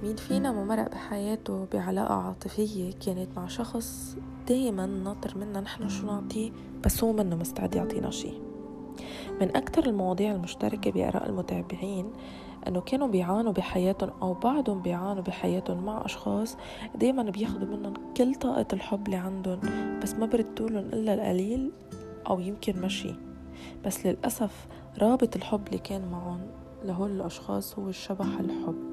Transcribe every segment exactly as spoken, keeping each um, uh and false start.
مين فينا ما مرق بحياته بعلاقة عاطفية كانت مع شخص دايما ناطر منا نحن شو نعطيه، بس هو منه مستعد يعطينا شي. من أكتر المواضيع المشتركة بآراء المتابعين أنه كانوا بيعانوا بحياتهم أو بعضهم بيعانوا بحياتهم مع أشخاص دايما بياخدوا منهم كل طاقة الحب اللي عندهم، بس ما بردولهم إلا القليل أو يمكن مشي. بس للأسف رابط الحب اللي كان معهم لهول الأشخاص هو الشبح الحب.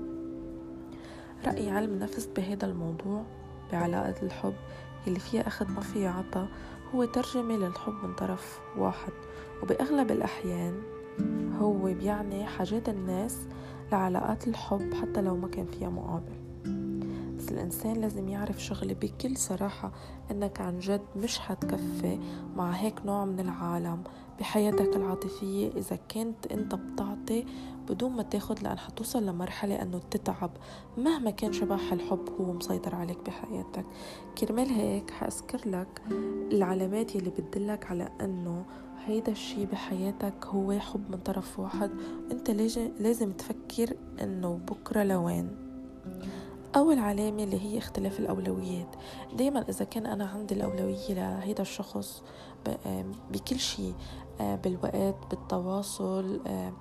رأي علم النفس بهذا الموضوع بعلاقة الحب اللي فيها أخذ ما فيها عطا هو ترجمة للحب من طرف واحد، وبأغلب الأحيان هو بيعني حاجات الناس لعلاقات الحب حتى لو ما كان فيها مقابل. بس الإنسان لازم يعرف شغله بكل صراحة، أنك عن جد مش هتكفي مع هيك نوع من العالم بحياتك العاطفية إذا كنت أنت بتعطي بدون ما تاخد، لأن حتوصل لمرحلة أنه تتعب مهما كان شبح الحب هو مسيطر عليك بحياتك. كرمال هيك حأذكر لك العلامات اللي بتدلك على أنه هيدا الشي بحياتك هو حب من طرف واحد، أنت لازم تفكر أنه بكرة لوين. أول علامة اللي هي اختلاف الأولويات. دايما إذا كان أنا عندي الأولوية لهيدا الشخص بكل شيء، بالوقت، بالتواصل،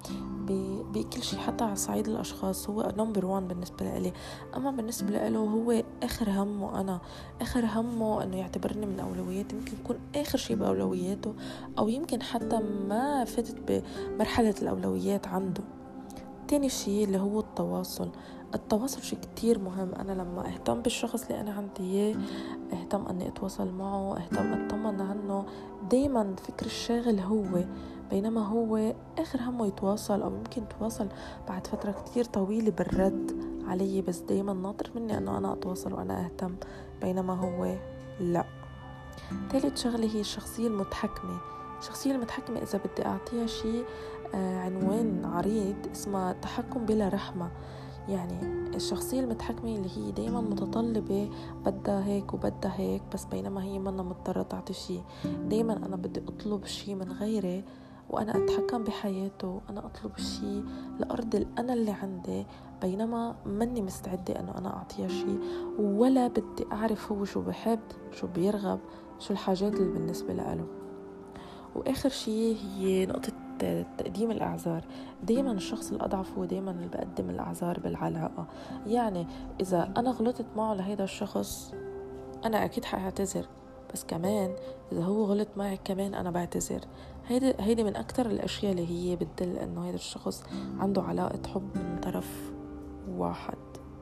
بكل شيء، حتى على صعيد الأشخاص هو نمبر وان بالنسبة لي، أما بالنسبة له هو آخر همه، أنا آخر همه أنه يعتبرني من أولوياتي، يمكن يكون آخر شيء بأولوياته، أو يمكن حتى ما فتت بمرحلة الأولويات عنده. تاني شيء اللي هو التواصل. التواصل شيء كتير مهم. أنا لما أهتم بالشخص اللي أنا عندي إياه، أهتم أني أتواصل معه، أهتم أطمن عنه، دايما فكر الشاغل هو، بينما هو آخر همه يتواصل، أو يمكن يتواصل بعد فترة كتير طويلة بالرد علي، بس دايما ناطر مني أنه أنا أتواصل وأنا أهتم، بينما هو لا. ثالث شغلة هي الشخصية المتحكمة. الشخصية المتحكمة إذا بدي أعطيها شيء آه عنوان عريض اسمه تحكم بلا رحمة. يعني الشخصية المتحكمة اللي هي دايما متطلبة، بدها هيك وبدها هيك، بس بينما هي منا مضطرة تعطي شيء. دايما أنا بدي أطلب شيء من غيري وأنا أتحكم بحياته، أنا أطلب شيء لأرض أنا اللي عندي، بينما مني مستعدة أنه أنا أعطيها شيء، ولا بدي أعرف هو شو بحب، شو بيرغب، شو الحاجات اللي بالنسبة له. وآخر شيء هي نقطة تقديم الأعذار. دايما الشخص الأضعف هو دايما اللي بقدم الأعذار بالعلاقة. يعني إذا أنا غلطت معه لهذا الشخص أنا أكيد حأعتذر، بس كمان إذا هو غلط معي كمان أنا بعتذر. هيدا هيدا من أكتر الأشياء اللي هي بتدل أنه هذا الشخص عنده علاقة حب من طرف واحد.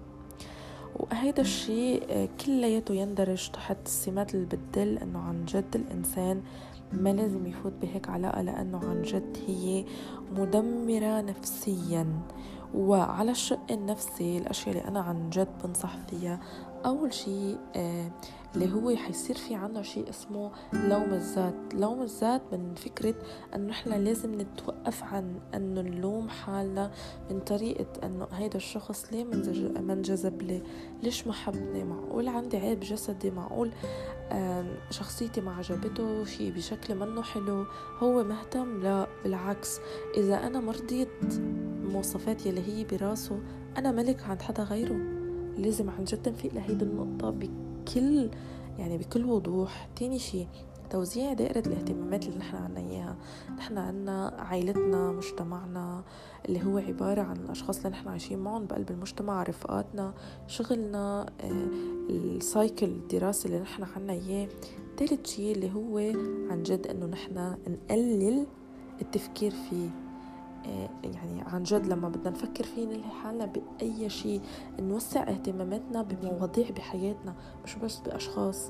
وهذا الشيء كلياته يندرج تحت السمات اللي بتدل أنه عن جد الإنسان ما لازم يفوت بهيك علاقة، لأنه عن جد هي مدمرة نفسيا. وعلى الشق النفسي الأشياء اللي أنا عن جد بنصح فيها، أول شيء آه اللي هو حيصير في عنا شيء اسمه لوم الذات. لوم الذات من فكرة أنه نحن لازم نتوقف عن أنه نلوم حالنا من طريقة أنه هيدا الشخص ليه ما انجذب لي، ليش ما حبني، معقول عندي عيب جسدي، معقول شخصيتي ما عجبته، شيء بشكل منه حلو، هو مهتم. لا بالعكس، إذا أنا مرضيت مواصفات يلي هي براسه أنا ملك عند حدا غيره. لازم عن جد نفيق لهيدي النقطة بكل يعني بكل وضوح. تاني شيء توزيع دائرة الاهتمامات اللي نحن عنا إياها. نحن عنا عائلتنا، مجتمعنا اللي هو عبارة عن الأشخاص اللي نحن عايشين معهم بقلب المجتمع، رفقاتنا، شغلنا، السايكل الدراسي اللي نحن عنا إياه. ثالث شيء اللي هو عن جد أنه نحن نقلل التفكير فيه. يعني عن جد لما بدنا نفكر فيه نلهي حالنا بأي شيء، نوسع اهتماماتنا بمواضيع بحياتنا مش بس بأشخاص،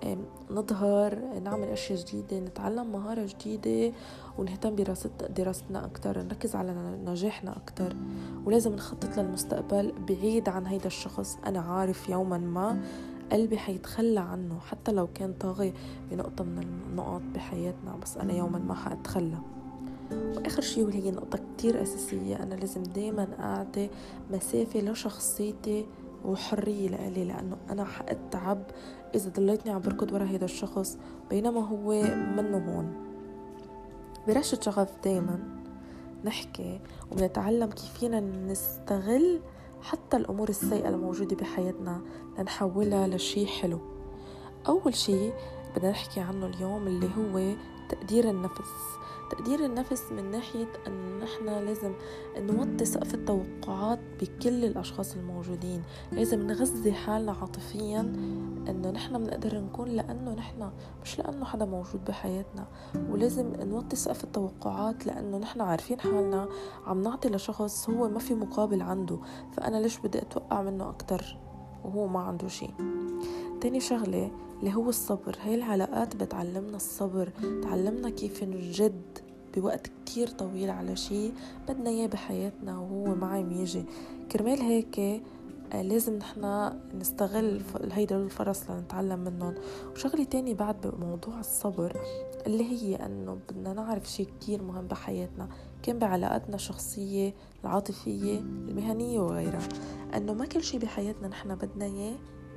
نظهر، نعمل أشياء جديدة، نتعلم مهارة جديدة، ونهتم بدراستنا أكتر، نركز على نجاحنا أكتر. ولازم نخطط للمستقبل بعيد عن هيدا الشخص. أنا عارف يوما ما قلبي حيتخلى عنه حتى لو كان طاغي بنقطة من النقاط بحياتنا، بس أنا يوما ما حأتخلى. وآخر شيء وهي نقطة كتير أساسية، أنا لازم دايما أعطي مسافة لشخصيتي وحرية لألي، لأنه أنا حأتعب إذا ضليتني عم بركض ورا هيدا الشخص بينما هو منه هون. برشة شغف دايما نحكي وبنتعلم كيف فينا نستغل حتى الأمور السيئة الموجودة بحياتنا لنحولها لشي حلو. أول شي بدنا نحكي عنه اليوم اللي هو تقدير النفس. تقدير النفس من ناحية أن نحن لازم نوطي سقف التوقعات بكل الأشخاص الموجودين. لازم نغذي حالنا عاطفيا أنه نحن بنقدر نكون لأنه نحن، مش لأنه حدا موجود بحياتنا. ولازم نوطي سقف التوقعات لأنه نحن عارفين حالنا عم نعطي لشخص هو ما في مقابل عنده، فأنا ليش بدي أتوقع منه أكتر وهو ما عنده شيء. تاني شغلة اللي هو الصبر. هاي العلاقات بتعلمنا الصبر، تعلمنا كيف نجد بوقت كتير طويل على شيء بدنا اياه بحياتنا وهو ما عم يجي. كرمال هيك لازم نحنا نستغل هيدا الفرص لنتعلم منهم. وشغلة تاني بعد بموضوع الصبر اللي هي انه بدنا نعرف شيء كتير مهم بحياتنا، كان بعلاقاتنا الشخصية العاطفية المهنية وغيرها، انه ما كل شيء بحياتنا نحنا بدنا اياه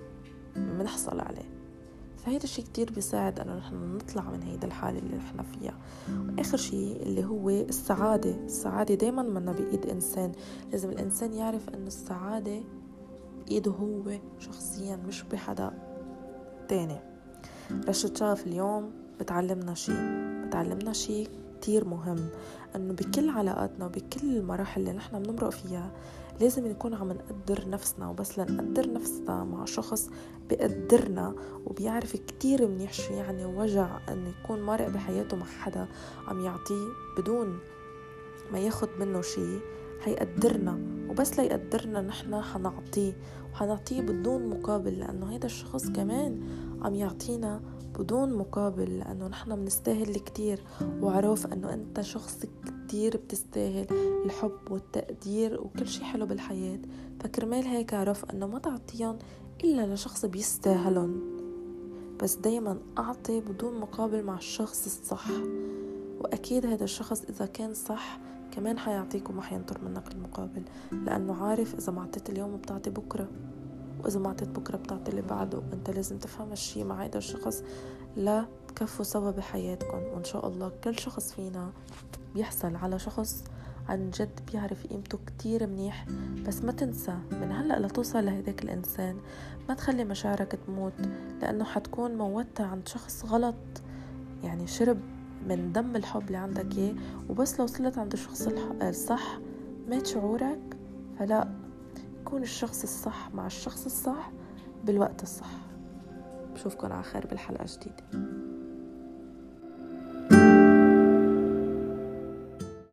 منحصل عليه. فهيدا الشيء كتير بيساعد انه نحن نطلع من هيدا الحالة اللي نحن فيها. واخر شيء اللي هو السعادة. السعادة دايما منا بإيد انسان. لازم الانسان يعرف انه السعادة ايده هو شخصيا، مش بحدا تاني. رشة شاف اليوم بتعلمنا شيء بتعلمنا شيء كتير مهم، انه بكل علاقاتنا وبكل المراحل اللي نحن بنمرق فيها لازم نكون عم نقدر نفسنا. وبس لنقدر نفسنا مع شخص بيقدرنا وبيعرف كتير منيح شو يعني وجع أن يكون مارق بحياته مع حدا عم يعطيه بدون ما ياخد منه شيء، هيقدرنا. وبس ليقدرنا نحن حنعطيه، وحنعطيه بدون مقابل، لأنه هيدا الشخص كمان عم يعطينا بدون مقابل، لأنه نحن بنستاهل كتير. وعرف أنه أنت شخص كتير بتستاهل الحب والتقدير وكل شي حلو بالحياة. فكرمال هيك عرف أنه ما تعطيهم إلا لشخص بيستاهلون، بس دايما أعطي بدون مقابل مع الشخص الصح. وأكيد هذا الشخص إذا كان صح كمان حيعطيك وما حينطر منك المقابل، لأنه عارف إذا ما عطيت اليوم بتعطي بكرة، وإذا ما عطيت بكرة بتعطي اللي بعده. أنت لازم تفهم الشي مع هذا الشخص لا تكفوا سوا بحياتكم. وإن شاء الله كل شخص فينا بيحصل على شخص عن جد بيعرف قيمته كتير منيح. بس ما تنسى من هلأ لتوصل لهداك الإنسان ما تخلي مشاعرك تموت، لأنه حتكون موتها عند شخص غلط، يعني شرب من دم الحب اللي عندك إيه. وبس لو وصلت عند الشخص الصح مات شعورك. فلا، يكون الشخص الصح مع الشخص الصح بالوقت الصح. بشوفكن على خير بالحلقة جديدة.